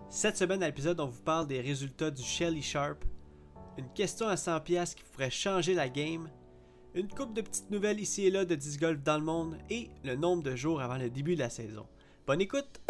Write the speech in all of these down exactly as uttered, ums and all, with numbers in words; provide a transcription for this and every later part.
Cette semaine à l'épisode, on vous parle des résultats du Shelly Sharp, une question à cent piastres qui pourrait changer la game, une couple de petites nouvelles ici et là de disc golf dans le monde et le nombre de jours avant le début de la saison. Bonne écoute!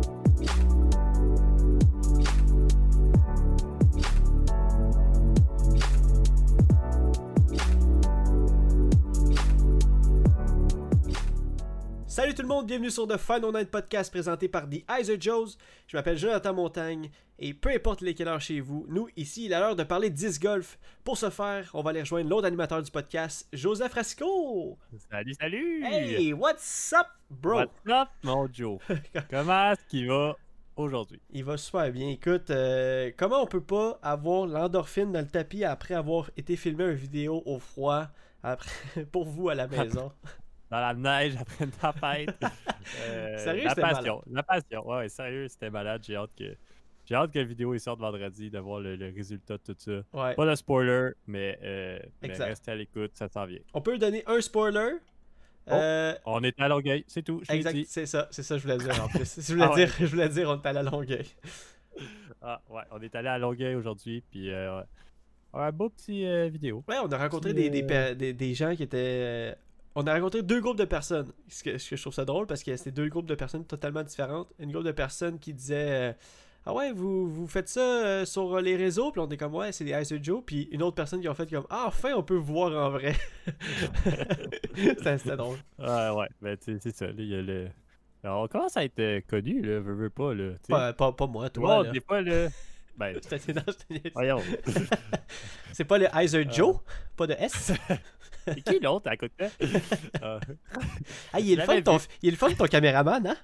Salut tout le monde, bienvenue sur The Final Night Podcast présenté par The Iser Joes. Je m'appelle Jonathan Montagne et peu importe les quelle heure chez vous, nous ici il est l'heure de parler de disc golf. Pour ce faire, on va aller rejoindre l'autre animateur du podcast, Joseph Rasco. Salut, salut! Hey, what's up, bro? What's up, mon Joe? Comment est-ce qu'il va aujourd'hui? Il va super bien. Écoute, euh, comment on peut pas avoir l'endorphine dans le tapis après avoir été filmé une vidéo au froid après, pour vous à la maison? Dans la neige après une tempête. euh, Sérieux, la c'était passion, malade. La passion, ouais, ouais, sérieux, c'était malade. J'ai hâte que j'ai hâte que la vidéo sorte vendredi, de voir le, le résultat de tout ça. Ouais. Pas de spoiler, mais, euh, mais Exact. restez à l'écoute, ça s'en vient. On peut donner un spoiler. Oh, Euh, on est à Longueuil, c'est tout. Je l'ai exact, dit. c'est ça, c'est ça que je voulais dire en plus. Je voulais, Ah ouais. dire, je voulais dire, on est allé à Longueuil. Ah ouais, on est allé à Longueuil aujourd'hui, puis euh, un beau petit euh, vidéo. Ouais, on a rencontré Puis, des, des, euh, pe- des, des gens qui étaient... euh, On a rencontré deux groupes de personnes. Ce que, ce que je trouve ça drôle parce que c'était deux groupes de personnes totalement différentes. Une groupe de personnes qui disaient euh, ah ouais, vous, vous faites ça euh, sur les réseaux. Puis on est comme ouais, c'est des Iser Joe. Puis une autre personne qui a fait comme ah, enfin on peut vous voir en vrai. c'était, c'était drôle. Ouais, ouais, ben tu sais, c'est ça. Là, il y a le... Alors, on commence à être euh, connu, là, veux, veux pas, là. tu sais. Pas, pas, pas moi, Tout toi. le Là. monde, des fois, là. Ben, Je t'ai- non, je t'ai- voyons. c'est pas le Iser Euh. Joe, pas de S. C'est qui l'autre à côté? Euh, Ah, il est, le fun, l'avais ton, vu. il est le fun ton caméraman, hein?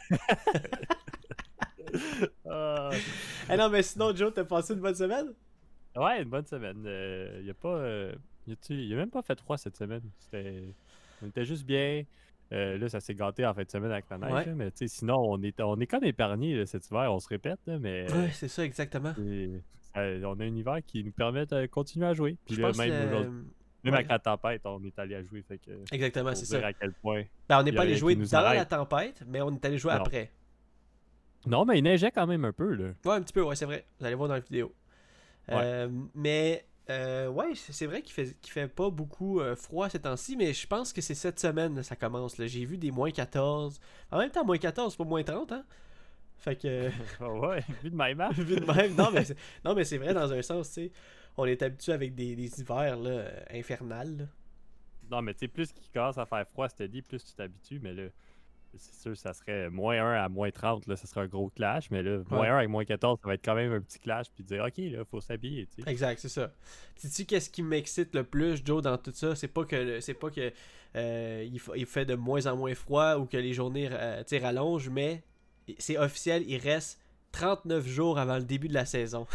euh, Ah non, mais sinon, Joe, t'as passé une bonne semaine? Ouais, une bonne semaine. Euh, il y a pas. Euh, y a-tu- il y a même pas fait froid cette semaine. C'était... On était juste bien. Euh, là, ça s'est gâté en fin de semaine avec la neige. Ouais. là, mais tu sais, sinon, on est, on est comme épargnés là, cet hiver. On se répète, là, mais. Ouais, c'est ça, exactement. c'est- ça- on a un hiver qui nous permet de continuer à jouer. Puis Je là, pense même que... aujourd'hui, même ouais. avec la tempête, on est allé à jouer. Fait que, Exactement, pour c'est dire ça. à quel point. Ben, on n'est Il y pas a allé rien jouer qui nous dans la arrête. tempête, mais on est allé jouer Non. après. Non, mais il neigeait quand même un peu, là. Ouais, un petit peu, ouais, c'est vrai. Vous allez voir dans la vidéo. Ouais. Euh, mais, euh, ouais, c'est c'est vrai qu'il fait, qu'il fait pas beaucoup euh, froid ces temps-ci, mais je pense que c'est cette semaine là, ça commence. Là. J'ai vu des moins quatorze. En même temps, moins quatorze, c'est pas moins trente, hein? Fait que, ouais, vu de même, hein? vu de même, non, mais c'est, non, mais c'est vrai dans un sens, tu sais. On est habitué avec des, des hivers là, euh, infernales. là. Non, mais tu sais, plus qu'il commence à faire froid, c'était dit, plus tu t'habitues, mais là, c'est sûr, ça serait moins un à moins trente, là, ça serait un gros clash, mais là, moins Ouais. un avec moins quatorze, ça va être quand même un petit clash, puis dire, ok, là, faut s'habiller, tu sais. Exact, c'est ça. Sais-tu qu'est-ce qui m'excite le plus, Joe, dans tout ça? C'est pas que le- c'est pas que euh, il, fa- il fait de moins en moins froid ou que les journées euh, tu sais, rallongent, mais c'est officiel, il reste trente-neuf jours avant le début de la saison.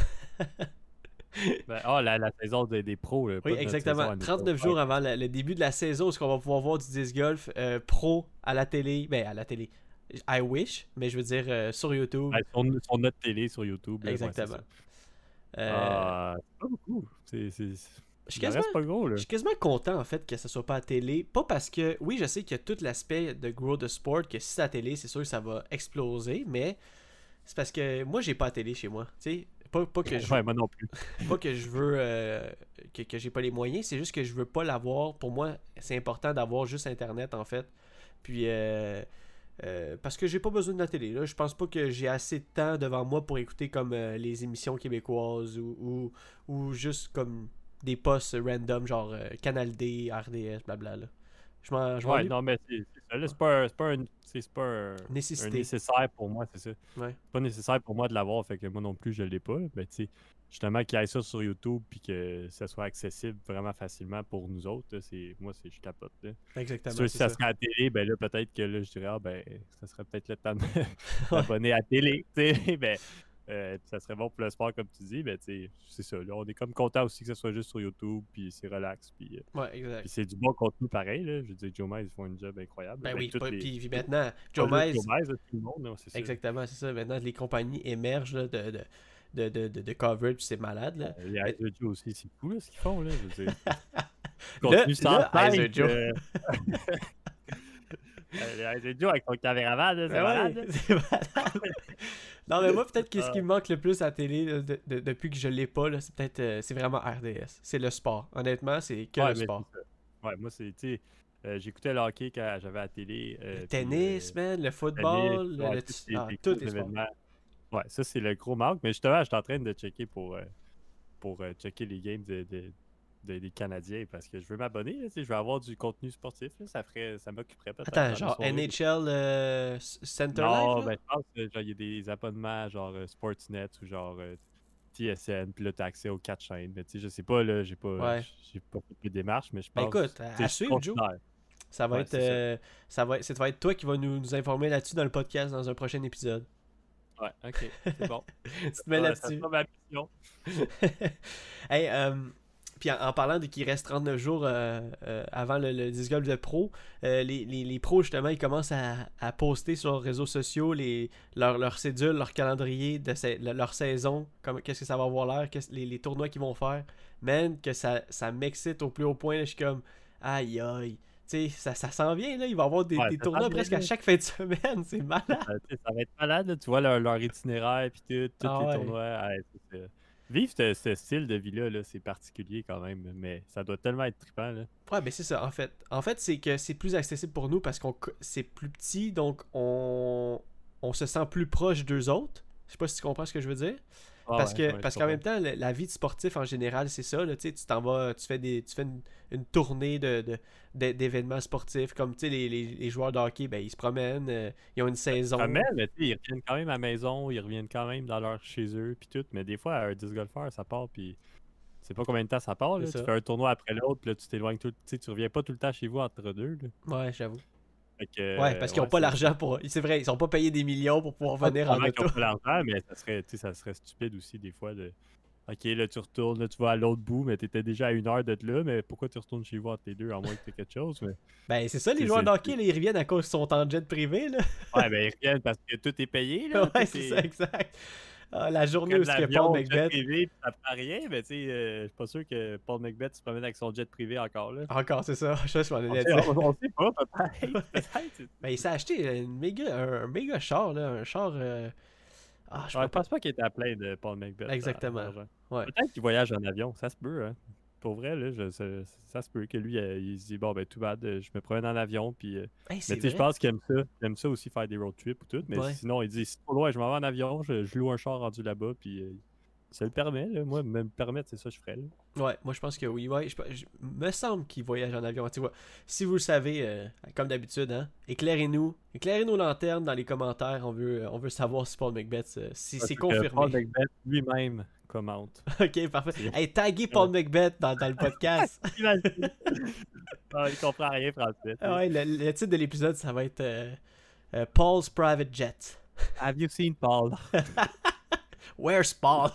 Ben, ah, la, la saison des, des pros, là. pas Oui, de notre exactement. saison à nous trente-neuf autres. jours Ouais. avant le, le début de la saison, est-ce qu'on va pouvoir voir du disc golf euh, pro à la télé? Ben, à la télé. I wish, mais je veux dire euh, sur YouTube. Ouais, sur, sur notre télé, sur YouTube. là, ouais, c'est Exactement. ça. Euh, Ah, c'est pas beaucoup. C'est, c'est, je suis ça quasiment- reste pas gros, là. Je suis quasiment content en fait que ça soit pas à télé. Pas parce que, oui, je sais qu'il y a tout l'aspect de Grow the Sport, que si c'est à télé, c'est sûr que ça va exploser, mais c'est parce que moi j'ai pas à télé chez moi. Tu sais, pas, pas que je Ouais, moi non plus. pas que je veux euh, que, que j'ai pas les moyens, c'est juste que je veux pas l'avoir. Pour moi, c'est important d'avoir juste internet en fait. Puis euh, euh, parce que j'ai pas besoin de la télé. Là. Je pense pas que j'ai assez de temps devant moi pour écouter comme euh, les émissions québécoises ou, ou, ou juste comme des posts random genre euh, Canal D, R D S, blabla. Là. Je m'en je Ouais, m'ennuie. non, mais c'est, c'est ça. Là, c'est pas, un- c'est pas, un, c'est, c'est pas un, un Nécessité. nécessaire pour moi, c'est ça. Ouais. C'est pas nécessaire pour moi de l'avoir, fait que moi non plus, je l'ai pas. Mais tu sais, justement, qu'il y ait ça sur YouTube puis que ça soit accessible vraiment facilement pour nous autres, là, c'est, moi, c'est, je capote. Là. Exactement. C'est sûr, c'est si ça ça. serait à la télé, ben là, peut-être que là, je dirais, ah, ben, ça serait peut-être le temps de m'abonner à la télé, tu sais, ben, euh, ça serait bon pour le sport, comme tu dis, ben, tu sais, c'est ça, là, on est comme content aussi que ça soit juste sur YouTube, puis c'est relax, puis, euh, Ouais, exact. puis c'est du bon contenu pareil, là, je veux dire, Joe Mize, ils font un job incroyable. Ben Ben, oui, toutes pas- les- puis, puis maintenant, pas Joe juste Mize, Joe Mize, là, tout le monde, là, c'est ça. exactement, c'est ça. Maintenant, les compagnies émergent là, de, de, de, de, de, de coverage, c'est malade. Là. Euh, Les Iser Joe aussi, c'est cool, là, ce qu'ils font, là, je veux dire. Le- Contenu sans le tête, Iser Joe. euh, euh, Les Iser Joe avec son caméraman, là, c'est Ben malade, ouais, là. c'est malade. Non, mais moi, peut-être que ce qui Ah. me manque le plus à la télé là, de- de- depuis que je l'ai pas, là, c'est peut-être euh, c'est vraiment R D S. C'est le sport. Honnêtement, c'est que Ouais, le mais c'est sport. ça. Ouais, moi, c'est, tu sais, euh, j'écoutais le hockey quand j'avais à la télé, Le euh, puis tennis, euh, man, le tennis, football, le, ouais, le- tous des, ah, des tous gros les sports. événements. Ouais, ça, c'est le gros manque. Mais justement, je suis en train de checker pour, euh, pour euh, checker les games de, de- de- des Canadiens parce que je veux m'abonner, là, tu sais, je veux avoir du contenu sportif. Là, ça ferait, ça m'occuperait peut-être Attends, dans mes genre soirées. de- N H L euh, S- Center Life, Non, là? ben, je pense que genre, il y a des abonnements genre euh, Sportsnet ou genre euh, T S N, puis là, t'as accès aux quatre chaînes. Mais tu sais, je sais pas, là, j'ai pas, Ouais. j'ai pas fait de démarche, mais je Ben écoute, pense, à, tu à sais, je suivre, Joe. considère. Ça va Ouais, être, c'est ça. euh, ça va être, ça va être toi qui va nous, nous informer là-dessus dans le podcast dans un prochain épisode. Ouais, ok, c'est bon. Tu Ça te mets sera, ça là-dessus. sera ma mission. Hey, euh, puis en, en parlant de qu'il reste trente-neuf jours euh, euh, avant le, le disc golf de pro, euh, les, les, les pros justement ils commencent à, à poster sur leurs réseaux sociaux les, leur, leur cédule, leur calendrier de sa- le- leur saison, comme, qu'est-ce que ça va avoir l'air, qu'est-ce- les, les tournois qu'ils vont faire. Man, que ça, ça m'excite au plus haut point. Là, je suis comme aïe aïe. Tu sais, ça, ça s'en vient là, il va y avoir des, Ouais, des ça sent tournois bien, presque à là. chaque fin de semaine, c'est malade. Ça, tu sais, ça va être malade, là. Tu vois leur, leur itinéraire, puis tout, tous Ah les ouais. tournois. Ouais, c'est ça. Vivre ce, ce style de vie-là, là, c'est particulier quand même, mais ça doit tellement être trippant, là. Ouais, ben c'est ça, en fait. En fait, c'est que c'est plus accessible pour nous parce qu'on co- c'est plus petit, donc on, on se sent plus proche d'eux autres. Je sais pas si tu comprends ce que je veux dire. Ah Parce ouais, que ouais, parce je qu'en comprends. même temps, le- la vie de sportif en général, c'est ça. Là, tu sais, tu t'en vas, tu fais des. Tu fais une, une tournée de, de- d'é- d'événements sportifs. Comme tu sais, les, les, les joueurs de hockey, ben ils se promènent, euh, ils ont une saison. Ah, mais, mais tu sais, ils reviennent quand même à la maison, ils reviennent quand même dans leur chez eux, puis tout. Mais des fois, un disc golfeur, ça part, puis tu sais pas combien de temps ça part, C'est là. Tu ça. fais un tournoi après l'autre, puis là, tu t'éloignes tout. Tu sais, tu reviens pas tout le temps chez vous entre deux, là. Ouais, j'avoue. Fait que, Ouais, parce qu'ils ouais, ont pas c'est- l'argent pour. C'est vrai, ils sont pas payés des millions pour pouvoir Pas venir en probablement qu'ils auto. ont pas l'argent, mais ça serait, tu sais, ça serait stupide aussi des fois de. Ok, là tu retournes, là tu vas à l'autre bout, mais t'étais déjà à une heure d'être là, mais pourquoi tu retournes chez vous entre les deux, à moins que t'aies quelque chose, mais. Ben c'est ça, les C'est- joueurs c'est- de hockey, là, ils reviennent à cause qu'ils sont en jet privé, là. Ouais, ben ils reviennent parce que tout est payé, là. Ouais, tout c'est est- ça, exact. Ah, la journée Prennent où ce que l'avion, Paul jet Macbeth. privé, puis ça prend rien, mais tu sais, euh, je suis pas sûr que Paul Macbeth se promène avec son jet privé encore, là. Encore, c'est ça. Je sais pas si on On allait sait, dire. on, on sait pas, peut-être. peut-être. Ben, il s'est acheté une méga, un, un méga char, là. Un char. euh, Ah, je Ouais, peux je pas. pense pas qu'il était à plein de Paul Macbeth. Exactement. d'argent. Ouais. Peut-être qu'il voyage en avion, ça se peut, hein. Pour vrai, là, je, ça, ça se peut que lui, euh, il se dit, bon, ben, tout bad, euh, je me promène en avion, puis... euh, Hey, Mais c'est tu sais, je vrai. pense qu'il aime ça. Il aime ça aussi faire des road trips ou tout. Mais Ouais. sinon, il dit, si c'est trop loin, je m'en vais en avion, je, je loue un char rendu là-bas, puis euh, ça le permet, là. Moi, me le permettre, c'est ça que je ferais, là. Ouais, moi je pense que oui. Ouais, je, je- me semble qu'il voyage en avion. Tu vois, si vous le savez, euh, comme d'habitude, hein, éclairez-nous. Éclairez nos lanternes dans les commentaires. On veut, on veut savoir si Paul Macbeth, euh, si c'est Parce que Paul confirmé. Macbeth lui-même commente. Ok, parfait. Hey, taguez Paul Macbeth dans, dans le podcast. Imagine. Ah, il comprend rien français. Ah ouais, le, le titre de l'épisode, ça va être euh, euh, Paul's Private Jet. Have you seen Paul? Where's Paul?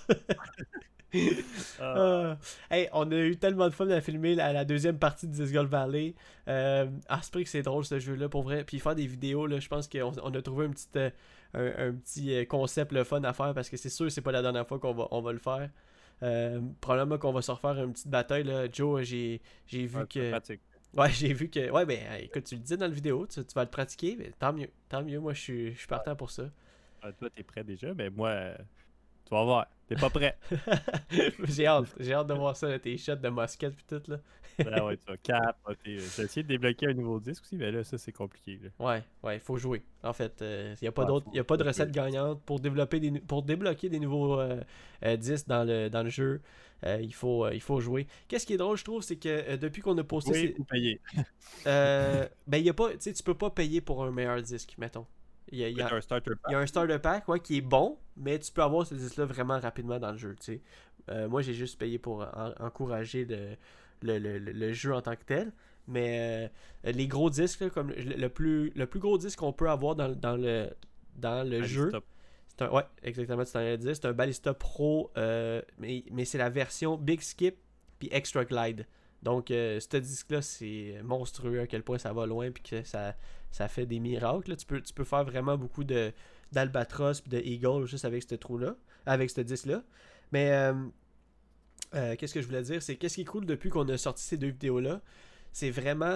Ah. Ah. Hey, on a eu tellement de fun à filmer la, la deuxième partie de Disc Golf Valley. Euh, ah, c'est vrai que c'est drôle ce jeu-là pour vrai. Puis faire des vidéos, là, je pense qu'on on a trouvé un petit, euh, un, un petit euh, concept le fun à faire parce que c'est sûr que c'est pas la dernière fois qu'on va, on va le faire. Euh, probablement qu'on va se refaire une petite bataille là. Joe, j'ai, j'ai vu Ouais, c'est que. pratique. Ouais, j'ai vu que. Ouais, ben écoute, tu le dis dans la vidéo, tu, tu vas le pratiquer, mais tant mieux. Tant mieux, moi je suis, je suis partant pour ça. Ah, toi, t'es prêt déjà, mais moi, euh, tu vas voir. T'es pas prêt. j'ai hâte, j'ai hâte de voir ça, là, tes shots de mosquette pis tout là. Ah ouais, tu vas capoter. J'ai essayé de débloquer un nouveau disque aussi, mais là, ça, c'est compliqué, là. Ouais, ouais, il faut jouer. En fait, il n'y a pas Ouais, d'autre, faut- y a pas de faut recette jouer. gagnante pour développer des, nou- pour débloquer des nouveaux euh, euh, disques dans le, dans le jeu. euh, il faut, euh, il faut jouer. Qu'est-ce qui est drôle, je trouve, c'est que euh, depuis qu'on a posté, Oui, ces- ou payer. euh, ben il y a pas, tu sais, tu peux pas payer pour un meilleur disque, mettons. Il y a, il y a- un starter pack. il y a un starter pack, ouais, qui est bon, mais tu peux avoir ce disque-là vraiment rapidement dans le jeu, tu sais. Euh, moi, j'ai juste payé pour en- encourager le, le, le, le- le jeu en tant que tel. Mais euh, les gros disques, là, comme le, le plus, le plus gros disque qu'on peut avoir dans, dans le, dans le Allez, jeu, stop. c'est un, ouais, exactement, tu t'en as dit, c'est un Ballista Pro, euh, mais, mais c'est la version Big Skip puis Extra Glide. Donc, euh, ce disque-là, c'est monstrueux à quel point ça va loin puis que ça, ça fait des miracles. Là. Tu, peux, tu peux faire vraiment beaucoup de d'Albatros puis de Eagle juste avec ce trou-là, avec ce disque-là. Mais, euh, euh, qu'est-ce que je voulais dire? C'est qu'est-ce qui est cool depuis qu'on a sorti ces deux vidéos-là? C'est vraiment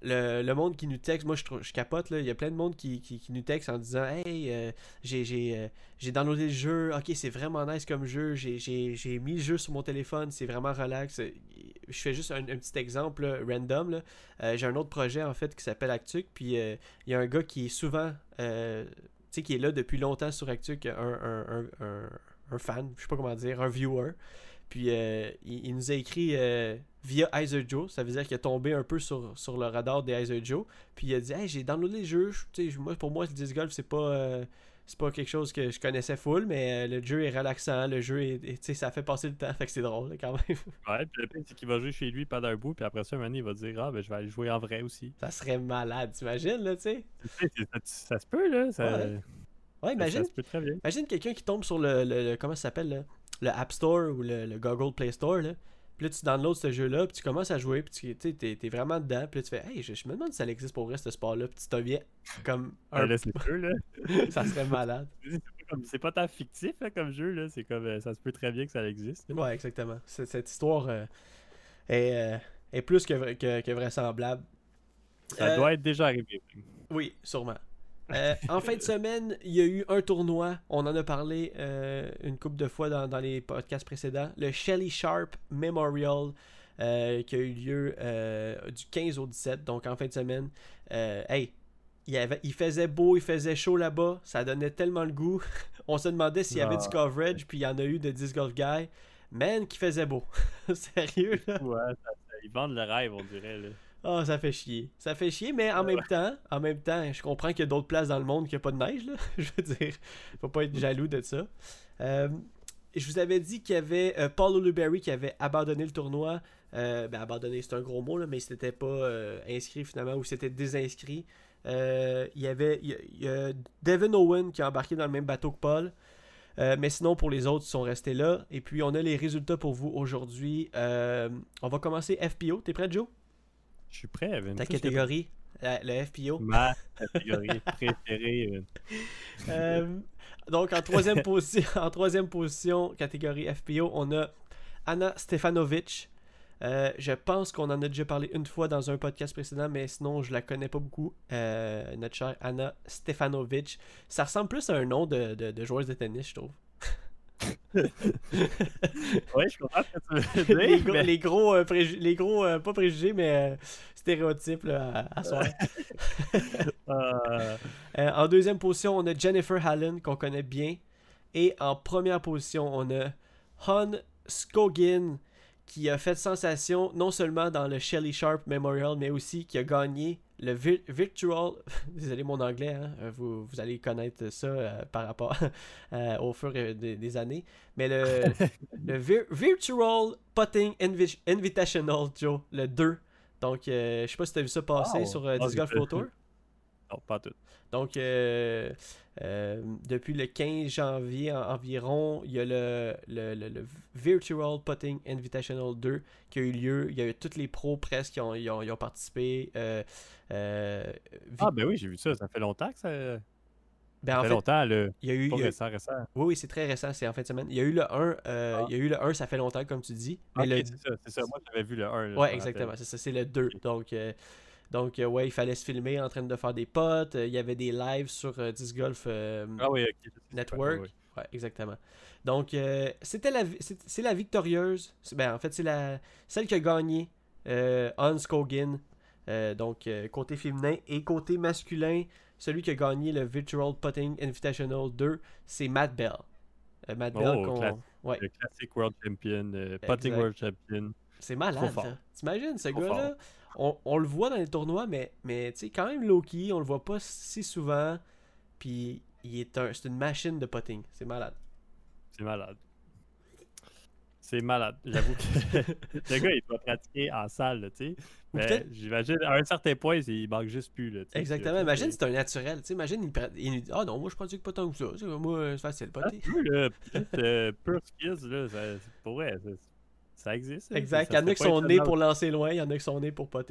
le, le monde qui nous texte, moi je, trou- je capote, là. Il y a plein de monde qui, qui, qui nous texte en disant Hey, euh, j'ai, j'ai, euh, j'ai downloadé le jeu, ok, c'est vraiment nice comme jeu, j'ai, j'ai, j'ai mis le jeu sur mon téléphone, c'est vraiment relax. Je fais juste un, un petit exemple là, random. Là. Euh, j'ai un autre projet en fait qui s'appelle Actuc, puis euh, il y a un gars qui est souvent, euh, tu sais, qui est là depuis longtemps sur Actuc, un, un, un, un, un fan, je sais pas comment dire, un viewer. Puis euh, il, il nous a écrit euh, via Izer Joe, ça veut dire qu'il est tombé un peu sur, sur le radar des Izer Joe. Puis il a dit Hey, j'ai downloadé le jeu. Je, moi, pour moi, le disc golf, c'est pas, euh, c'est pas quelque chose que je connaissais full, mais euh, le jeu est relaxant. Le jeu, est, est, ça fait passer le temps. Fait que c'est drôle là, quand même. Ouais, puis le pire, c'est qu'il va jouer chez lui pendant un bout, puis après ça, un moment donné, il va dire Ah, ben je vais aller jouer en vrai aussi. Ça serait malade, t'imagines, là, tu sais. Tu sais, c'est- ça, ça se peut, là. Ça, Ouais, ouais imagine, ça se peut très bien. imagine quelqu'un qui tombe sur le, le, le- comment ça s'appelle, là, le App Store ou le, le Google Play Store, là. Puis là, tu downloads ce jeu-là, puis tu commences à jouer, puis tu sais, t'es, t'es vraiment dedans. Puis là, tu fais Hey, je, je me demande si ça existe pour vrai, ce sport-là. Puis tu deviens comme Ouais, un. là, c'est sûr, là. Ça serait malade. C'est pas comme- c'est pas tant fictif, là, comme jeu, là. C'est comme, euh, ça se peut très bien que ça existe. là. Ouais, exactement. C'est- Cette histoire euh, est, euh, est plus que, vra- que, que vraisemblable. Ça Euh, doit être déjà arrivé. Oui, sûrement. Euh, en fin de semaine, il y a eu un tournoi. On en a parlé euh, une couple de fois dans, dans les podcasts précédents. Le Shelly Sharp Memorial euh, qui a eu lieu euh, du quinze au dix-sept, donc en fin de semaine. Euh, hey, il, y avait, il faisait beau, il faisait chaud là-bas. Ça donnait tellement le goût. On se demandait s'il y avait Ah. du coverage, puis il y en a eu de Disc Golf Guy. Man, qui faisait beau. Sérieux, là. Ouais, ça- ça- ils vendent le rêve, on dirait. Là. Ah, ça fait chier. Ça fait chier, mais en même temps, en même temps, je comprends qu'il y a d'autres places dans le monde qui a pas de neige, là. Je veux dire, faut pas être jaloux de ça. Euh, je vous avais dit qu'il y avait euh, Paul Oluberry qui avait abandonné le tournoi. Euh, ben, abandonné, c'est un gros mot, là, mais il s'était pas euh, inscrit finalement, ou s'était désinscrit. Euh, il y avait il y a, il y a Devin Owen qui a embarqué dans le même bateau que Paul. Euh, mais sinon, pour les autres, ils sont restés là. Et puis, on a les résultats pour vous aujourd'hui. Euh, on va commencer F P O. T'es prêt, Joe? Je suis prêt, Evan. Ta Plus que- catégorie, la- le F P O. Ma catégorie préférée, Evan. Euh, donc, en troisième, position, en troisième position, catégorie F P O, on a Anna Stefanovic. Euh, je pense qu'on en a déjà parlé une fois dans un podcast précédent, mais sinon, je la connais pas beaucoup. Euh, notre chère Anna Stefanovic. Ça ressemble plus à un nom de, de, de joueuse de tennis, je trouve. Ouais, je comprends ce que tu veux dire. les gros, mais- les gros, euh, préju- les gros euh, pas préjugés, mais euh, stéréotypes là, à, à soir. Euh, Euh, en deuxième position, on a Jennifer Hallen, qu'on connaît bien. Et en première position, on a Han Skogin, qui a fait sensation non seulement dans le Shelly Sharp Memorial, mais aussi qui a gagné le vi- Virtual... Désolé mon anglais, hein, euh, vous, vous allez connaître ça euh, par rapport euh, au fur et des, des années. Mais le, le Vir- Virtual Putting Invi- Invitational, Joe, le deux. Donc, euh, je sais pas si tu as vu ça passer Wow. sur euh, Ah, Disc Golf j'ai Pro pas- Tour. Non, pas tout. Donc, euh, euh, depuis le quinze janvier en- environ, il y a le, le, le- le Virtual Putting Invitational deux qui a eu lieu. Il y a eu tous les pros presque qui ont, ils ont, ils ont participé. Euh, euh, vi- Ah, ben oui, j'ai vu ça. Ça fait longtemps que ça. ben, Ça en fait fait, longtemps, là. il y a eu. Pas il y a- récent, récent. oui, oui, c'est très récent, c'est en fin de semaine. Il y a eu le un, euh, Ah. il y a eu le un, ça fait longtemps, comme tu dis. Mais Ok, le, c'est ça, c'est ça. Moi, j'avais vu le un. là, je ouais, me exactement, rappelle. c'est ça, c'est le deux. Donc, euh, donc euh, ouais, il fallait se filmer en train de faire des potes. Euh, Il y avait des lives sur euh, Disc Golf. euh, Ah oui, ok. je sais c'est quoi, Network. ouais, ouais. Ouais, exactement. Donc, euh, c'était la, vi- c'est, c'est la victorieuse. C'est- Ben, en fait, c'est la celle qui a gagné euh, Hans Kogan. Euh, donc, euh, côté féminin et côté masculin, celui qui a gagné le Virtual Putting Invitational deux, c'est Matt Bell. Euh, Matt Bell, Oh, qu'on- classe. ouais, Le Classic World Champion, euh, Putting Exact. World Champion. c'est malade. Trop fort. Ça. T'imagines, ce Trop gars-là, on, on le voit dans les tournois, mais, mais tu sais, quand même low-key, on le voit pas si souvent. Puis, il est un, c'est une machine de putting. C'est malade. C'est malade. C'est malade. J'avoue que le gars, il doit pratiquer en salle, là, tu sais. Ou Mais peut-être- j'imagine, à un certain point, il manque juste plus, là. tu sais, Exactement. que- Imagine si c'est un naturel. Tu sais, imagine, il, pra- il nous dit Ah non, moi je pratique pas tant que ça. Tu sais, moi, euh, c'est facile, Ah, poter. tu veux, là, peut-être, euh, Pure Skills, là, ça, c'est pour vrai, ça, ça existe. là. Exact. Ça Il y en a serait qui pas sont nés étonnant. pour lancer loin, il y en a qui sont nés pour poter.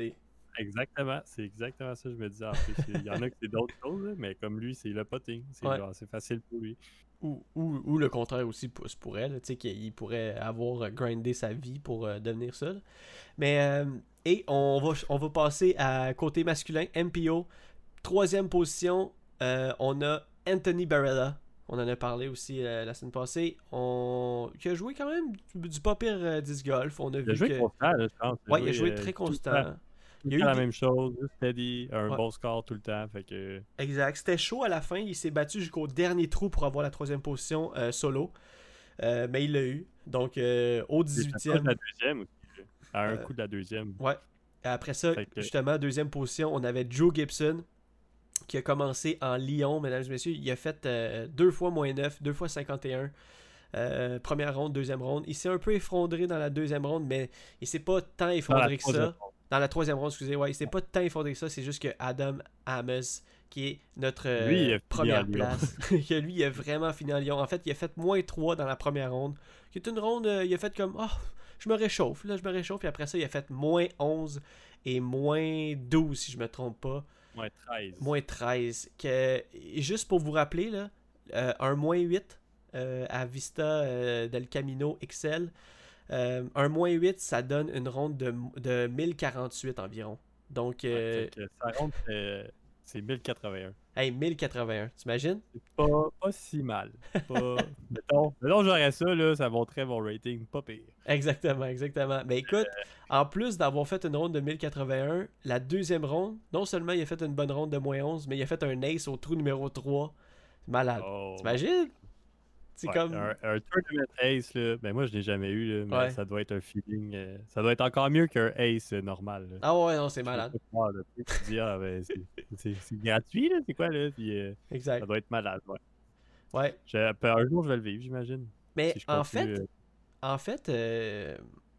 Exactement, c'est exactement ça que je me disais en plus. Il y en a que c'est d'autres choses, là, mais comme lui, c'est le putting. C'est Ouais. genre, c'est facile pour lui. Ou, ou, ou le contraire aussi pour- se pourrait, là, tu sais, qu'il pourrait avoir euh, grindé sa vie pour euh, devenir ça. là. Mais, euh, et on va, on va passer à côté masculin, M P O. Troisième position, euh, on a Anthony Barella. On en a parlé aussi euh, la semaine passée. On... Qui a joué quand même du, du pas pire euh, disc golf. On a Il a vu joué que. constant, là, je pense. Il a Ouais, il a joué euh, très tout le temps, constant. tout Il le y a temps eu la des... même chose, juste steady, un Ouais. bon score tout le temps. Fait que... Exact. C'était chaud à la fin. Il s'est battu jusqu'au dernier trou pour avoir la troisième position euh, solo. Euh, mais il l'a eu. Donc, euh, au Il était proche de dix-huitième. la deuxième aussi. là. À un Euh, coup de la deuxième. Ouais. Après ça, Fait que- justement, deuxième position, on avait Joe Gibson qui a commencé en Lyon, mesdames et messieurs. Il a fait euh, deux fois moins neuf, deux fois cinquante et un. Euh, première ronde, deuxième ronde. Il s'est un peu effondré dans la deuxième ronde, mais il s'est pas tant Dans la effondré que troisième ça. Dans la troisième ronde, excusez, ouais, il s'est pas tant effondré que ça. C'est juste que Adam Amos, qui est notre euh, Lui, il a fini première en Lyon. place, que lui, il a vraiment fini en Lyon. En fait, il a fait moins trois dans la première ronde, qui est une ronde, euh, il a fait comme, oh, je me réchauffe, là, je me réchauffe. Puis après ça, il a fait moins onze et moins douze, si je me trompe pas. Moins treize. Moins treize. Que, et juste pour vous rappeler, là, euh, un moins huit euh, à Vista euh, del Camino X L. Euh, un moins huit, ça donne une ronde de, de mille quarante-huit environ. Donc, euh, Ouais, fait que sa ronde, c'est- c'est mille quatre-vingt-un. hey, mille quatre-vingt-un, t'imagines? C'est pas, pas si mal. Pas... mettons, mettons j'aurais ça, là, ça montrait mon rating pas pire. Exactement, exactement. Mais écoute, en plus d'avoir fait une ronde de mille quatre-vingt-un, la deuxième ronde, non seulement il a fait une bonne ronde de moins onze, mais il a fait un ace au trou numéro trois. Malade. Oh. T'imagines? C'est Ouais, comme... un, un tournament ace, là, ben moi je l'ai jamais eu, là, mais Ouais. ça doit être un feeling. euh, ça doit être encore mieux qu'un ace euh, normal. Là. Ah ouais, non, c'est Je peux malade. pas croire, là, tu sais, tu te dis, ah, ben, c'est- c'est c'est gratuit, là, c'est quoi, là? Puis, euh, Exact. ça doit être malade, ouais. Ouais. Je- ben, un jour, je vais le vivre, j'imagine. Mais Si je en continue, fait, euh, en fait, euh,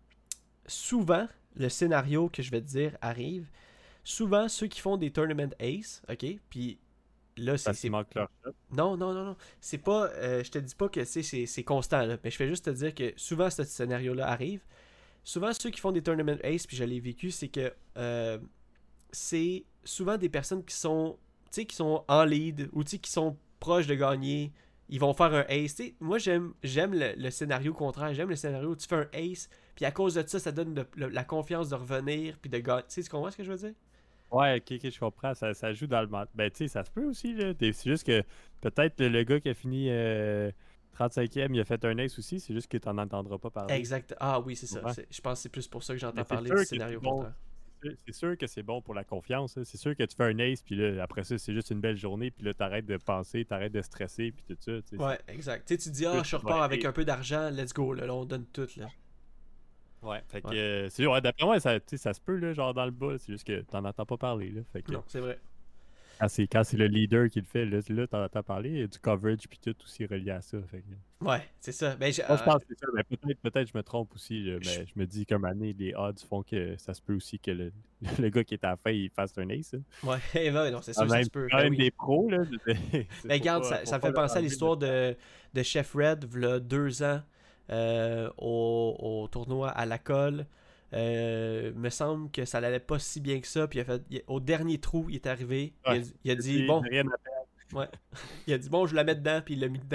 souvent, le scénario que je vais te dire arrive. Souvent, ceux qui font des tournament ace, ok, puis là, c'est. parce c'est- qu'il manque leur shot. Non, non, non, non. C'est pas. euh, je te dis pas que c'est, c'est, c'est constant, là, mais je vais juste te dire que souvent, ce scénario-là arrive. Souvent, ceux qui font des tournament ace, puis je l'ai vécu, c'est que euh, c'est souvent des personnes qui sont, tu sais, qui sont en lead ou tu sais, qui sont proches de gagner. Ils vont faire un ace. Tu sais, moi, j'aime, j'aime le, le scénario contraire. J'aime le scénario où tu fais un ace, puis à cause de ça, ça donne le- le- la confiance de revenir, puis de gagner. Tu sais, tu comprends ce que je veux dire? Ouais, ok, ok, je comprends. Ça, ça joue dans le ment. Ben, tu sais, ça se peut aussi, là. T'es- C'est juste que peut-être le, le gars qui a fini euh, trente-cinquième, il a fait un ace aussi. C'est juste que t'en entendras pas parler. Exact. Ah oui, c'est ça. Ouais. C'est- je pense que c'est plus pour ça que j'entends Mais c'est parler sûr du que scénario c'est bon. contraire. C'est sûr- c'est sûr que c'est bon pour la confiance. hein. C'est sûr que tu fais un ace, puis là, après ça, c'est juste une belle journée, puis là, t'arrêtes de penser, t'arrêtes de stresser, puis tout ça. tu sais. Ouais, exact. Tu sais, tu dis, ah, Plus je tu repars vas avec aider. un peu d'argent, let's go, là, là, on donne tout, là. Ouais, fait que Ouais. euh, c'est ouais, d'après moi, ça, tu sais, ça se peut, là, genre dans le bas. C'est juste que t'en entends pas parler, là. Fait que Non, c'est vrai. quand c'est quand c'est le leader qui le fait, là, là t'en entends parler. Il y a du coverage, puis tout aussi relié à ça. Fait que... Ouais, c'est ça. Ben, j'ai- Moi, je ah, pense que c'est ça, mais peut-être peut-être je me trompe aussi, là, Je- mais je me dis comme année, les odds font que ça se peut aussi que le, le gars qui est à la fin, il fasse un ace. hein. ouais, ben, non, c'est sûr, Quand ça même, se peut. quand Ben même oui. des pros, là. c'est- c'est- Ben, faut regarde, pas- ça, faut ça me pas fait leur penser à enlever l'histoire le- de, de Chef Red, v'là deux ans, euh, au, au tournoi à la colle. Euh, me semble que ça n'allait pas si bien que ça. Puis il a fait, il- au dernier trou, il est arrivé. Il a, Ouais. dit- il a dit, J'ai- bon, j'ai rien à perdre. ouais. Il a dit, bon, je la mets dedans, puis il l'a mis dedans.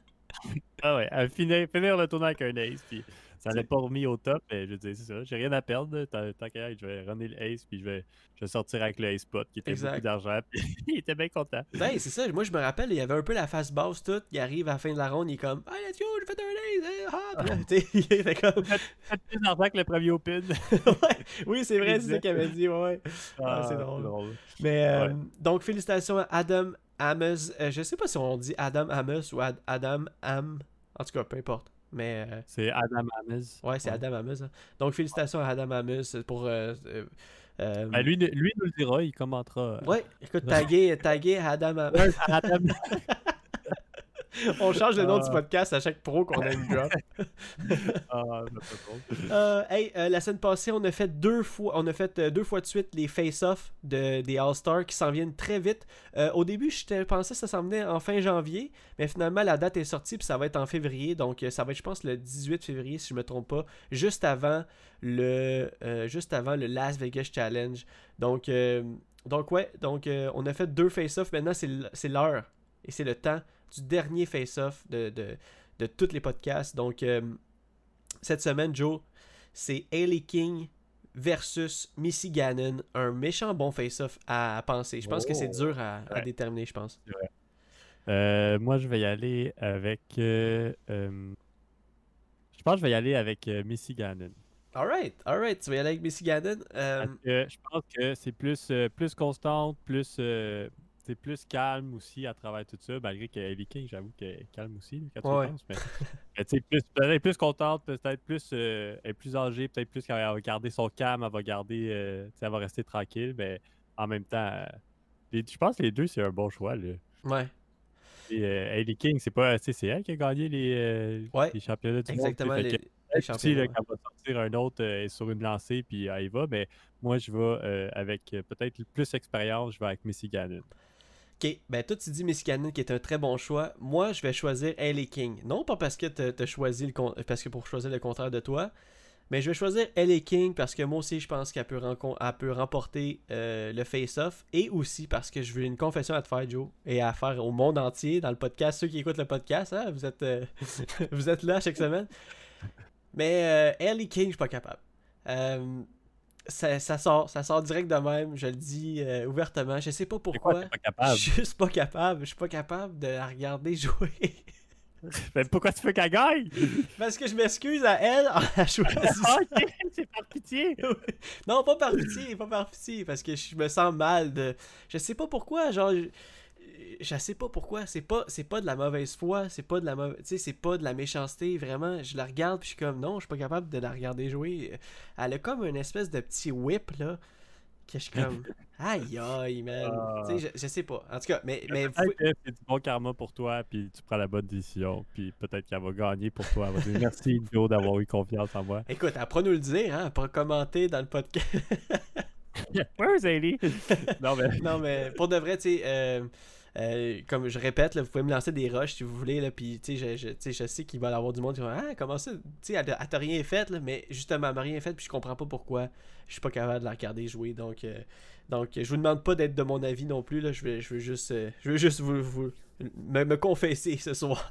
Ah ouais, à finir, finir le tournoi avec un ace, puis ça C'est- l'a pas remis au top, mais je veux dire, c'est ça, j'ai rien à perdre, tant tant qu'à y être, je vais runner le ace, puis je vais, je vais sortir avec le ace pot, qui était Exact. beaucoup d'argent, puis il était bien content. Ben, c'est ça. Moi, je me rappelle, il y avait un peu la face basse, tout. Il arrive à la fin de la ronde, il est comme, hey, let's go, j'ai fait un ace. Hey, ah, Puis là, tu sais, il fait comme, Faites plus d'argent que le premier open. ouais, oui, c'est vrai, c'est ça qu'il avait dit, ouais, ouais. Ah, c'est drôle. Mais, euh, Ouais. donc, félicitations à Adam Amos. Euh, je sais pas si on dit Adam Amos ou Ad- Adam Am. En tout cas, peu importe. Mais, euh, C'est Adam Ames. ouais, c'est Adam Amos. hein. Donc, félicitations à Adam Amos pour. Euh, euh, euh, Ben, lui, lui nous le dira, il commentera. Ouais, écoute, taguer, taguer Adam Amos. Ouais, Adam. On change le nom du Ah. podcast à chaque pro qu'on a une drop. Ah, c'est pas drôle. Euh, hey, euh, la semaine passée, on a fait deux fois, on a fait euh, deux fois de suite les face-off de, des All-Stars qui s'en viennent très vite. Euh, au début, je pensais que ça s'en venait en fin janvier, mais finalement, la date est sortie puis ça va être en février. Donc, euh, ça va être, je pense, le dix-huit février, si je me trompe pas, juste avant le, euh, juste avant le Las Vegas Challenge. Donc, euh, donc ouais, donc euh, on a fait deux face-off. Maintenant, c'est l- c'est l'heure et c'est le temps du dernier face-off de, de, de tous les podcasts. Donc, euh, cette semaine, Joe, c'est Hailey King versus Missy Gannon. Un méchant bon face-off à, à penser. Je pense que c'est dur à, à Ouais. déterminer, je pense. C'est vrai. Euh, moi, je vais y aller avec. euh, euh, je pense que je vais y aller avec euh, Missy Gannon. Alright, alright. Tu vas y aller avec Missy Gannon. Euh, Parce que je pense que c'est plus, euh, plus constante, plus, euh, c'est plus calme aussi à travers tout ça, malgré que Hailey King, j'avoue qu'elle est calme aussi là, quand tu y ouais. penses. Mais, mais tu sais, plus, peut-être plus contente, peut-être plus, euh, elle est plus âgée, peut-être plus qu'elle va garder son calme, elle va garder, euh, tu sais, elle va rester tranquille, mais en même temps, euh, les- je pense que les deux, c'est un bon choix. Là. Ouais. Et, euh, Hailey King, c'est pas, tu sais, c'est elle qui a gagné les, euh, Ouais. les championnats du Exactement. monde. tu sais, Les, fait que les elle aussi, championnats. là, Ouais. quand elle va sortir un autre euh, sur une lancée, puis elle y va, mais moi, je vais euh, avec euh, peut-être plus d'expérience, je vais avec Missy Gannon. Ok, ben toi tu dis Missy Gannon qui est un très bon choix. Moi, je vais choisir Hailey King. Non pas parce que t'as t'as choisi le con- parce que pour choisir le contraire de toi, mais je vais choisir Hailey King parce que moi aussi je pense qu'elle peut, rencon- elle peut remporter euh, le face-off et aussi parce que je veux une confession à te faire, Joe, et à faire au monde entier dans le podcast. Ceux qui écoutent le podcast, hein, vous êtes euh, vous êtes là chaque semaine. Mais euh, Hailey King, je suis pas capable. Euh, ça, ça sort, ça sort direct de même, je le dis euh, ouvertement. Je sais pas C'est quoi, pourquoi. t'es pas Je capable? suis juste pas capable. Je suis pas capable de la regarder jouer. Ben, pourquoi tu veux qu'elle gagne? Parce que je m'excuse à elle en la choisissant. Ah, ok, c'est par pitié. Non, pas par pitié, pas par pitié. Parce que je me sens mal de. Je sais pas pourquoi, genre. Je, je sais pas pourquoi. C'est pas, c'est pas de la mauvaise foi. C'est pas de la mauvaise. Tu sais, c'est pas de la méchanceté. Vraiment, je la regarde puis je suis comme non, je suis pas capable de la regarder jouer. Elle a comme une espèce de petit whip là. Que je suis comme aïe aïe man. Ah. Tu sais, je, je sais pas. En tout cas, mais. mais Peut-être vous- que c'est du bon karma pour toi, puis tu prends la bonne décision, puis peut-être qu'elle va gagner pour toi. Elle va dire merci, Joe, d'avoir eu confiance en moi. Écoute, après nous le dire, hein, pour commenter dans le podcast. Where's Hailey? Non, mais. Non, mais pour de vrai, tu sais, euh, euh, comme je répète, là, vous pouvez me lancer des rushs si vous voulez, là, puis tu sais, je, je, tu sais, je sais qu'il va y avoir du monde qui va ah, comment ça, tu sais, elle, elle t'a rien fait, là, mais justement, elle m'a rien fait, puis je comprends pas pourquoi je suis pas capable de la regarder jouer, donc, euh, donc je vous demande pas d'être de mon avis non plus, là, je veux, je veux juste, euh, je veux juste vous, vous me, me confesser ce soir.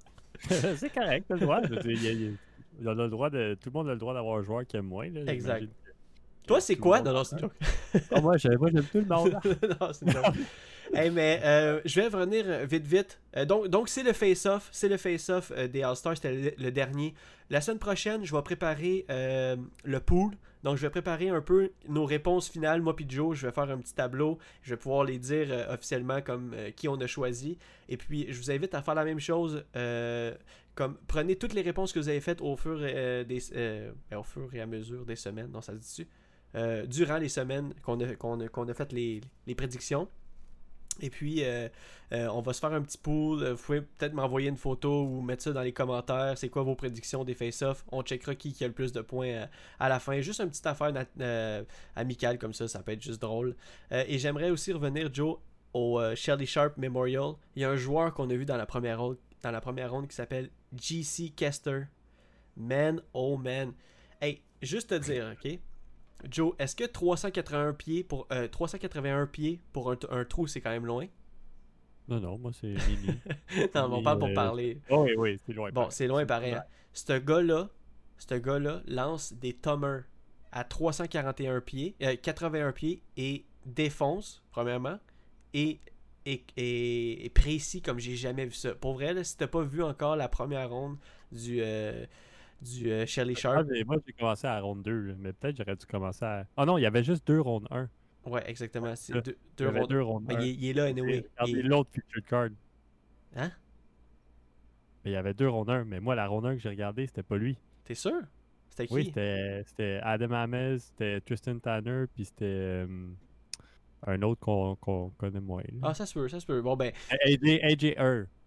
C'est correct, t'as le droit. Je veux dire, il y a- il y a- il en a le droit de, tout le monde a le droit d'avoir un joueur qui aime moins. Là, Exact. j'imagine que- Toi, que c'est tout le quoi? monde- Non, non, c'est une joke. Ah, moi, j'aime moi, j'aime tout le monde. Non, c'est une joke. Hey, mais euh, je vais revenir euh, vite vite. Euh, donc, donc c'est le face-off. C'est le face-off euh, des All-Stars. C'était le, le dernier. La semaine prochaine, je vais préparer euh, le pool. Donc, je vais préparer un peu nos réponses finales. Moi puis Joe, je vais faire un petit tableau. Je vais pouvoir les dire euh, officiellement comme euh, qui on a choisi. Et puis, je vous invite à faire la même chose. Euh, comme prenez toutes les réponses que vous avez faites au fur, euh, des, euh, au fur et à mesure des semaines. Non, ça se dit-tu? Euh, durant les semaines qu'on a, qu'on a, qu'on a fait les, les prédictions. Et puis, euh, euh, on va se faire un petit pool. Vous pouvez peut-être m'envoyer une photo ou mettre ça dans les commentaires. C'est quoi vos prédictions des face-off? On checkera qui, qui a le plus de points euh, à la fin. Juste une petite affaire nat- euh, amicale comme ça, ça peut être juste drôle. Euh, et j'aimerais aussi revenir, Joe, au euh, Shelly Sharp Memorial. Il y a un joueur qu'on a vu dans la première ronde, dans la première ronde qui s'appelle J C Kester. Man, oh man. Hey, juste te dire, ok? Joe, est-ce que trois cent quatre-vingt-un pieds pour euh, trois cent quatre-vingt-un pieds pour un, t- un trou, c'est quand même loin? Non, non, moi, c'est mini. Non, mais on parle pour parler. Oh, oui, oui, c'est loin. Bon, pareil. c'est loin pareil. Hein. Ce gars-là, ce gars-là lance des Tomers à trois cent quarante et un pieds, euh, quatre-vingt-un pieds et défonce, premièrement, et est, est, est précis comme j'ai jamais vu ça. Pour vrai, là, si t'as pas vu encore la première ronde du, euh, du euh, Shelly Ah, Sharp, mais moi, j'ai commencé à ronde deux, là, mais peut-être j'aurais dû commencer à. Ah non, il y avait juste deux rondes un. ouais, exactement, c'est Là, deux, Il y deux avait rondes. deux rondes Mais un. il, est- il est là, anyway. Regardez Il- l'autre featured card. Hein? Mais il y avait deux rondes un, mais moi, la ronde un que j'ai regardée, c'était pas lui. T'es sûr? C'était qui? Oui, c'était c'était Adam Ames, c'était Tristan Tanner, puis c'était euh, un autre qu'on qu'on connaît moins. là. Ah, ça se peut, ça se peut. Bon, ben, A J A J Ur.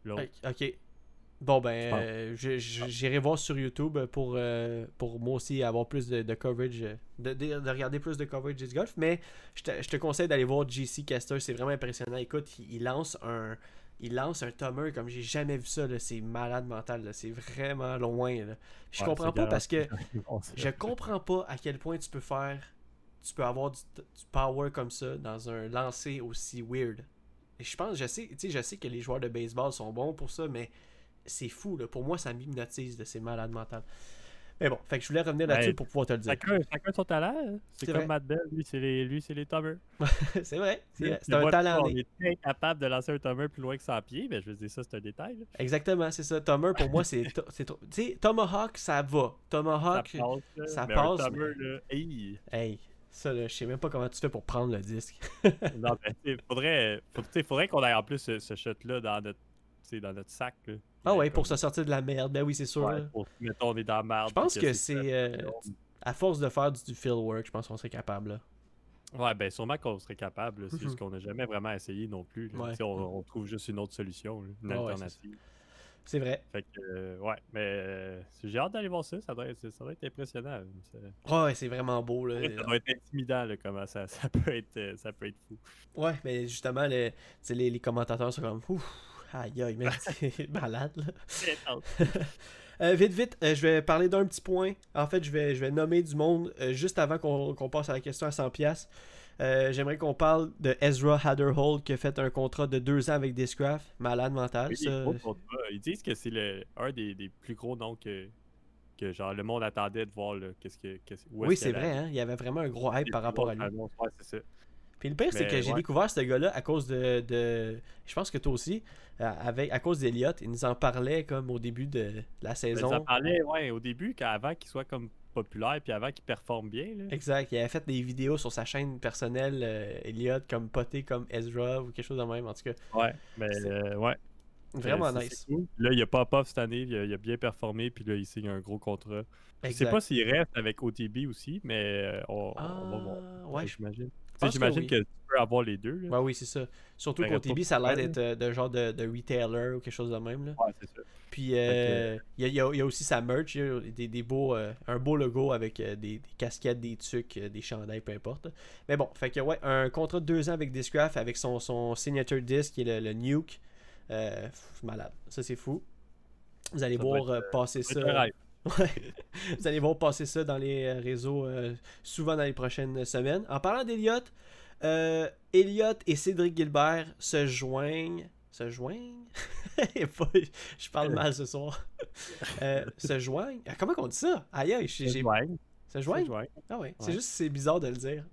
l'autre. Ok. Bon, ben, Je pense. euh, je- je- j'irai voir sur YouTube pour, euh, pour moi aussi avoir plus de, de coverage, euh, de, de, de regarder plus de coverage du golf. Mais je te, je te conseille d'aller voir J C Caster, c'est vraiment impressionnant. Écoute, il, il lance un. Il lance un Tomer comme j'ai jamais vu ça, là. C'est malade mental, là. C'est vraiment loin, là. Je Ouais, comprends c'est pas parce garanti. que Ils vont ça. je comprends pas à quel point tu peux faire. Tu peux avoir du, du power comme ça dans un lancer aussi weird. Et je pense, je sais, tu sais, je sais que les joueurs de baseball sont bons pour ça, mais c'est fou, là. Pour moi, ça m'hypnotise de ces malades mentales. Mais bon, fait que je voulais revenir là-dessus Ben, pour pouvoir te le dire. chacun, chacun son talent. hein. C'est C'est comme vrai. Matt Bell, lui, c'est les, lui, c'est les Tommers. C'est vrai. C'est, Lui, vrai. C'est le un voit, talent on né. est incapable de lancer un Tommer plus loin que cent pieds. Ben, je veux dire, ça, c'est un détail. là. Exactement, c'est ça. Tomer, pour moi, c'est. to- c'est trop- Tu sais, Tomahawk, ça va. Ça Tomahawk, passe, là. ça Mais un passe. Tommer, Mais... là, hey! Hey, ça, là, je sais même pas comment tu fais pour prendre le disque. Non, ben, tu sais, faudrait, faut, tu sais, faudrait qu'on ait en plus ce, ce shot-là dans notre, tu sais, dans notre sac. Là. Ah Ben, ouais, pour comme- se sortir de la merde. Ben oui, c'est sûr. Ouais, là. pour, mettons, on est dans la merde. Je pense puis que c'est. euh, à force de faire du, du field work, je pense qu'on serait capable. Là. Ouais, ben sûrement qu'on serait capable. là. C'est Mhm. juste qu'on n'a jamais vraiment essayé non plus. là. Ouais. Tu sais, On, on trouve juste une autre solution, là, une Ah ouais, alternative. C'est vrai. Fait que, euh, ouais, mais euh, j'ai hâte d'aller voir ça. Ça doit être, ça doit être impressionnant. Ça, Ouais, ouais, c'est vraiment beau. Là. ça doit être intimidant, là, comment ça, ça, peut être, euh, ça peut être fou. Ouais, mais justement, le, tu sais, les, les commentateurs sont comme ouf, aïe aïe, mais c'est malade là. C'est intense. Euh, vite, vite, euh, je vais parler d'un petit point. En fait, je vais, je vais nommer du monde euh, juste avant qu'on qu'on passe à la question à cent piastres. Euh, J'aimerais qu'on parle de Ezra Hatterhold qui a fait un contrat de deux ans avec Discraft. Malade mental, Oui, ça. gros contrat. Ils disent que c'est le, un des, des plus gros noms que, que genre, le monde attendait de voir. Là, qu'est-ce que, qu'est-ce, où Oui, est-ce c'est qu'elle vrai, allait. hein. Il y avait vraiment un gros hype Les par plus rapport à grosses lui. annonces, ouais, c'est ça. Puis le pire, c'est Mais, que j'ai ouais. découvert ce gars-là à cause de, de. Je pense que toi aussi, euh, avec, à cause d'Eliott. Il nous en parlait comme au début de la Mais saison. ça parlait, ouais, au début, qu'avant avant qu'il soit comme populaire, puis avant qu'il performe bien. Là. Exact. Il avait fait des vidéos sur sa chaîne personnelle, euh, Elliott, comme poté comme Ezra ou quelque chose de même. En tout cas, Ouais, mais C'est- euh, ouais. vraiment Mais c'est- nice. c'est cool. Là, il a pas pop cette année, il a, il a bien performé, puis là, il signe un gros contrat. Je sais Exact. pas s'il reste avec O T B aussi, mais euh, on, Ah, on va voir. ouais, je j'imagine. Tu sais, pense que J'imagine oui. que tu peux avoir les deux. Là. Ouais, oui, c'est ça. Surtout Ben, qu'au T B, ça a l'air pas d'être euh, de genre de, de retailer ou quelque chose de même. Là. Ouais, c'est ça. Puis, euh, il y, a- il y a, il y a aussi sa merch, il y a des, des beaux, euh, un beau logo avec euh, des, des casquettes, des tucs, euh, des chandails, peu importe. Mais bon, fait que ouais, un contrat de deux ans avec Discraft avec son, son signature disc qui est le, le Nuke. Euh, pff, malade. Ça, c'est fou. Vous allez Ça doit voir être, euh, passer Ça ça. doit être un rêve. Ouais. Vous allez voir passer ça dans les euh, réseaux euh, souvent dans les prochaines semaines. En parlant d'Eliott, euh, Elliott et Cédric Gilbert se joignent. Se joignent Et pas- Je parle mal ce soir. Euh, se joignent. Ah, comment on dit ça Aïe, aïe, j'ai. Se j'ai- joignent. Se Se joignent joignent. Ah ouais, c'est Ouais. juste c'est bizarre de le dire.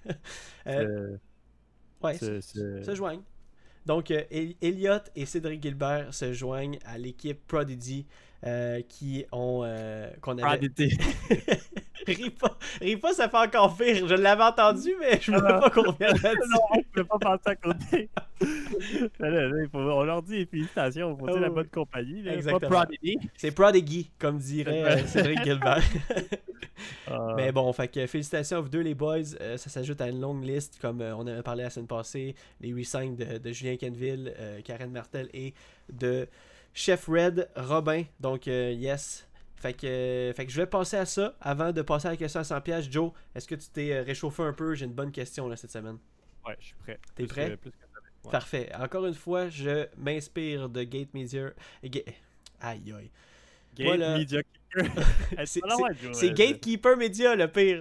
Euh, Se- ouais, se- se, se- se joignent. Donc, euh, El- Elliott et Cédric Gilbert se joignent à l'équipe Prodigy euh, qui ont. euh, qu'on avait. Prodigy. ris pas, ris pas, ça fait encore pire. Je l'avais entendu, mais je voulais Ah. pas qu'on revienne là-dessus. Non, on peut pas passer à côté. Mais là, là, il faut- on leur dit félicitations, il faut Ah dire la oui. bonne compagnie. Là. Pas Exactement. Prodigy. C'est Prodigy, comme dirait euh, Cédric Gilbert. Ah, Mais bon, fait que félicitations à vous deux, les boys. Euh, ça s'ajoute à une longue liste, comme euh, on avait parlé la semaine passée. Les resigns de, de Julien Kenville, euh, Karen Martel et de Chef Red Robin. Donc, euh, yes. Fait que, euh, fait que je vais passer à ça avant de passer à la question à cent piastres. Joe, est-ce que tu t'es euh, réchauffé un peu? J'ai une bonne question là, cette semaine. Ouais, je suis prêt. T'es Plus prêt? que- plus que ça. Ouais. Parfait. Encore une fois, je m'inspire de Gate Media. Ga- Aïe aïe. Gate Voilà. Media Kicker. C'est- C'est pas la c'est- même, Joe, C'est euh, Gatekeeper Media le pire.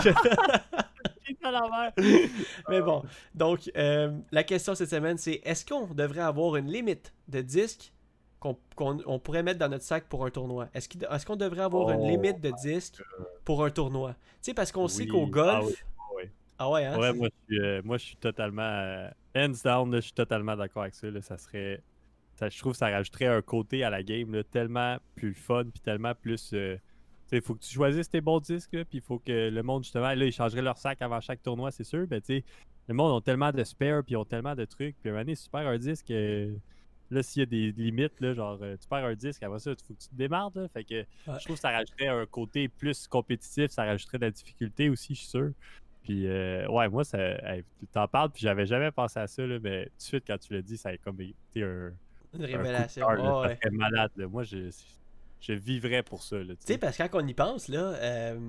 c'est à l'envers. Mais bon, donc euh, la question cette semaine, c'est est-ce qu'on devrait avoir une limite de disques qu'on qu'on- on pourrait mettre dans notre sac pour un tournoi? Est-ce qu'il- est-ce qu'on devrait avoir une Oh limite de disques pour un tournoi? Tu sais, parce qu'on sait Oui. qu'au golf... Ah oui, oui. Ah ouais, hein? Ouais, c'est- moi je, suis, euh, moi, je suis totalement. euh, hands down, là, je suis totalement d'accord avec ça. Là, ça serait. Ça, je trouve que ça rajouterait un côté à la game là, tellement plus fun, puis tellement plus. euh, il faut que tu choisisses tes bons disques, puis il faut que le monde, justement, là, ils changeraient leur sac avant chaque tournoi, c'est sûr. Mais tu sais, le monde ont tellement de spares, puis ils ont tellement de trucs. Puis à un moment donné, si tu perds un disque, euh, là, s'il y a des limites, là, genre, euh, tu perds un disque, après ça, il faut que tu te démarres. Là, fait que Ouais. je trouve que ça rajouterait un côté plus compétitif, ça rajouterait de la difficulté aussi, je suis sûr. Puis, euh, ouais, moi, ça, hey, t'en parles, puis j'avais jamais pensé à ça, là, mais tout de suite, quand tu l'as dit, ça a comme été un, Une un coup de révélation. cœur, là, Oh, ça ouais. serait malade. Là. Moi, je, je vivrais pour ça. Là, Tu sais, parce que quand on y pense, là, euh,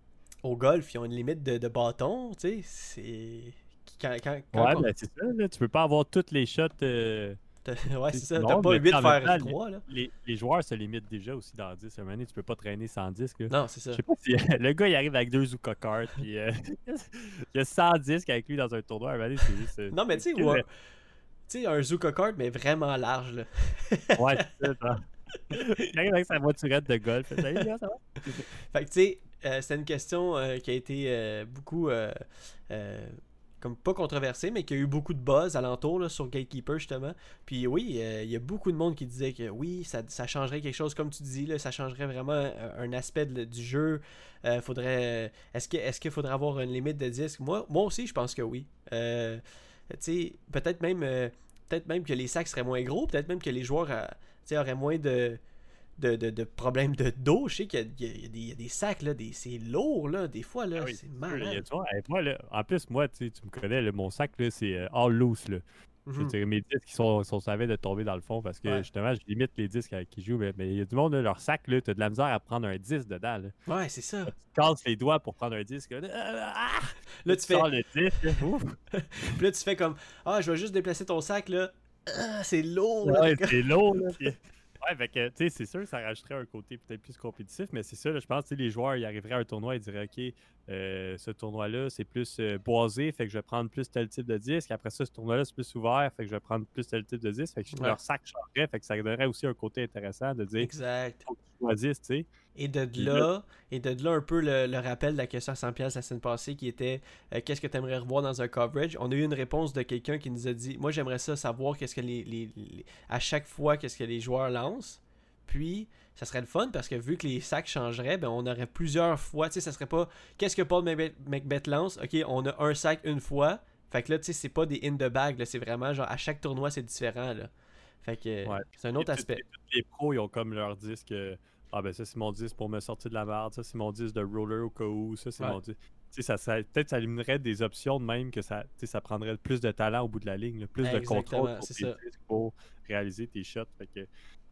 au golf, ils ont une limite de, de bâton, tu sais, c'est... Quand, quand, quand ouais, on... ben c'est ça. Là. Tu peux pas avoir toutes les shots. Euh, Ouais, c'est ça, t'as non, pas mais huit en même faire temps, les, trois là. les, les joueurs se limitent déjà aussi dans dix. À un moment donné, tu peux pas traîner sans disque. Là. Non, c'est Je ça. sais pas si le gars il arrive avec deux Zuka cards, puis euh, il y a cent disques avec lui dans un tournoi. À un moment donné, c'est juste. euh, Non, mais tu sais, que- ou un, tu sais, un Zuka card, mais vraiment large, là. Ouais, c'est ça. genre. Il arrive avec sa voiturette de golf. Salut, gars, ça va? Fait que, tu sais, euh, c'était une question euh, qui a été euh, beaucoup, euh, euh, comme pas controversée, mais qui a eu beaucoup de buzz alentour là, sur Gatekeeper, justement. Puis oui, euh, il y a beaucoup de monde qui disait que oui, ça, ça changerait quelque chose, comme tu dis, là, ça changerait vraiment un, un aspect de- du jeu. Euh, faudrait, est-ce que, est-ce qu'il faudrait avoir une limite de disques? Moi, moi aussi, je pense que oui. Euh, tu sais, peut-être même, euh, peut-être même que les sacs seraient moins gros, peut-être même que les joueurs euh, tu sais, auraient moins de de, de, de problèmes de dos. Je sais qu'il y a, il y a- il y a des, il y a des sacs, là, des, c'est lourd, là, des fois, Ah là, oui, c'est c'est sûr. là, il y a, malade. tu vois, hey, moi, là, en plus, moi, tu sais, tu me connais, là, mon sac, là, c'est euh, all loose. Là. Je veux Mhm. dire, mes disques, ils sont, sont savés de tomber dans le fond parce que Ouais. justement, je limite les disques avec qui jouent. Mais mais il y a du monde, là, leur sac, là, t'as de la misère à prendre un disque dedans. Là. Ouais, c'est ça. Tu te casses les doigts pour prendre un disque. Là, ah! Là, Là, tu tu fais, sors le disque. Là, ouf! puis là, tu fais comme, ah, je vais juste déplacer ton sac, là. Ah, c'est lourd, là. Ouais, T'es comme- c'est lourd. Là, puis- Ouais, fait que, tu sais, c'est sûr que ça rajouterait un côté peut-être plus compétitif, mais c'est ça, là, je pense, tu sais, les joueurs, ils arriveraient à un tournoi, ils diraient, OK, euh, ce tournoi-là, c'est plus euh, boisé, fait que je vais prendre plus tel type de disque. Après ça, ce tournoi-là, c'est plus ouvert, fait que je vais prendre plus tel type de disque. Fait que Ouais, leur sac changerait, fait que ça donnerait aussi un côté intéressant de dire, exact. faut que tu choisisses, tu sais. Et de Puis là, là, et de là un peu le, le rappel de la question à cent pièces la semaine passée qui était euh, qu'est-ce que tu aimerais revoir dans un coverage. On a eu une réponse de quelqu'un qui nous a dit moi j'aimerais ça savoir qu'est-ce que les, les, les- à chaque fois qu'est-ce que les joueurs lancent. Puis ça serait le fun parce que vu que les sacs changeraient, ben on aurait plusieurs fois, tu sais ça serait pas qu'est-ce que Paul Macbeth Macbeth lance. OK, on a un sac une fois. Fait que là tu sais c'est pas des in the bag là, c'est vraiment genre à chaque tournoi c'est différent là. Fait que ouais. c'est un Et autre tout- et aspect. tous les pros, ils ont comme leur disque. euh, ah, ben ça, c'est mon disque pour me sortir de la merde. Ça, c'est mon disque de roller au cas où. Ça, c'est Ouais. mon disque. Tu sais, ça, ça, peut-être ça éliminerait des options de même que ça, tu sais, ça prendrait plus de talent au bout de la ligne, là, plus de contrôle Exactement, sur c'est tes ça. disques pour réaliser tes shots. Fait que,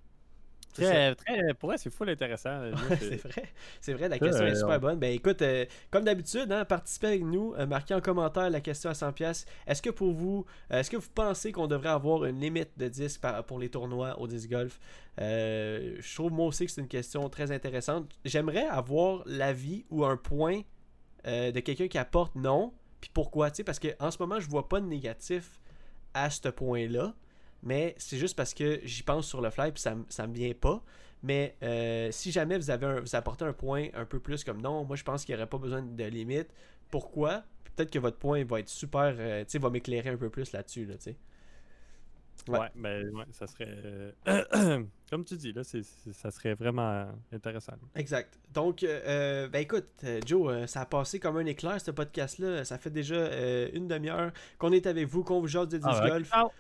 C'est ça. très, très, pour vrai, c'est full intéressant. Moi, Ouais, je- c'est vrai. C'est vrai, la ça, question est euh, super on- bonne. Ben écoute, euh, comme d'habitude, hein, participez avec nous, euh, marquez en commentaire la question à cent pièces. Est-ce que pour vous, euh, est-ce que vous pensez qu'on devrait avoir une limite de disques par- pour les tournois au disc golf? Euh, je trouve moi aussi que c'est une question très intéressante. J'aimerais avoir l'avis ou un point euh, de quelqu'un qui apporte non, puis pourquoi, tu sais, parce qu'en ce moment, je vois pas de négatif à ce point-là, mais c'est juste parce que j'y pense sur le fly, puis ça, m- ça me vient pas. Mais euh, si jamais vous avez un- vous apportez un point un peu plus comme non, moi je pense qu'il n'y aurait pas besoin de limite. Pourquoi? Peut-être que votre point va être super, euh, tu sais, va m'éclairer un peu plus là-dessus, là, tu sais. Ouais. Ouais, ben ouais, ça serait. euh, Comme tu dis, là, c'est, c'est- ça serait vraiment intéressant. Exact. Donc, euh, euh, ben écoute, euh, Joe, euh, ça a passé comme un éclair ce podcast-là. Ça fait déjà euh, une demi-heure qu'on est avec vous, qu'on vous jase de disc Ah, ouais, ok. golf. Ciao!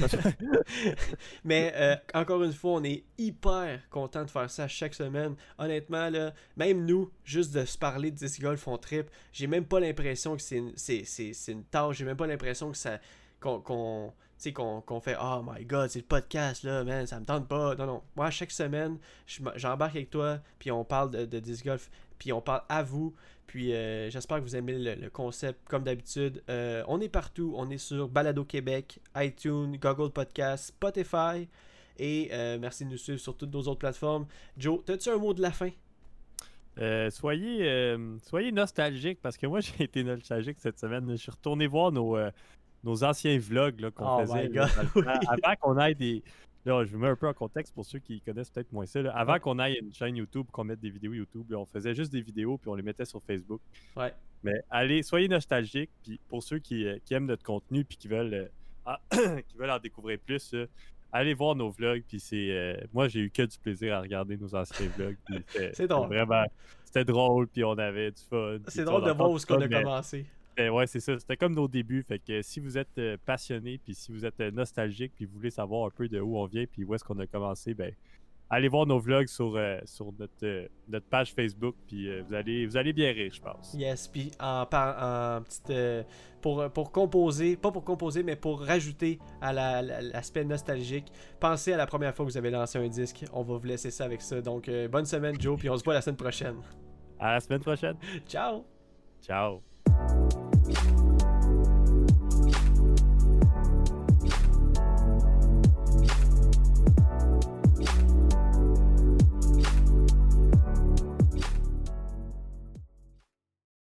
Mais euh, encore une fois, on est hyper content de faire ça chaque semaine. Honnêtement, là, même nous, juste de se parler de disc golf, on trip. J'ai même pas l'impression que c'est une, c'est, c'est, c'est une tâche. J'ai même pas l'impression que ça qu'on, qu'on, tu sais, qu'on, qu'on fait oh my god, c'est le podcast là, man, ça me tente pas. Non, non. Moi, chaque semaine, je m- j'embarque avec toi, puis on parle de, de disc golf, puis on parle à vous. Puis euh, j'espère que vous aimez le, le concept comme d'habitude. Euh, on est partout. On est sur Balado Québec, iTunes, Google Podcast, Spotify. Et euh, merci de nous suivre sur toutes nos autres plateformes. Joe, as-tu un mot de la fin? Euh, soyez, euh, soyez nostalgiques parce que moi j'ai été nostalgique cette semaine. Je suis retourné voir nos, euh, nos anciens vlogs là, qu'on Oh faisait my là, god, dans le oui. temps. Avant qu'on aille des. Là, je vous mets un peu en contexte pour ceux qui connaissent peut-être moins ça. Là. Avant Ouais. qu'on aille une chaîne YouTube, qu'on mette des vidéos YouTube, là, on faisait juste des vidéos puis on les mettait sur Facebook. Ouais. Mais allez, soyez nostalgiques. Puis pour ceux qui, euh, qui aiment notre contenu puis qui veulent, euh, ah, qui veulent en découvrir plus, euh, allez voir nos vlogs. Puis c'est, euh, moi, j'ai eu que du plaisir à regarder nos anciens vlogs. Puis c'était- C'est c'était drôle. vraiment, c'était drôle. Puis on avait du fun. puis C'est tu sais, drôle on de en voir parle où est-ce qu'on pas, a mais- commencé. ben ouais, c'est ça. C'était comme nos débuts. Fait que si vous êtes euh, passionné, puis si vous êtes euh, nostalgique, puis vous voulez savoir un peu de où on vient, puis où est-ce qu'on a commencé, ben allez voir nos vlogs sur, euh, sur notre, euh, notre page Facebook, puis euh, vous, allez, vous allez bien rire, je pense. Yes, puis en, par- en petite... euh, pour, pour composer, pas pour composer, mais pour rajouter à la- la- l'aspect nostalgique, pensez à la première fois que vous avez lancé un disque. On va vous laisser ça avec ça. Donc, euh, bonne semaine, Joe, puis on se voit la semaine prochaine. À la semaine prochaine. Ciao! Ciao.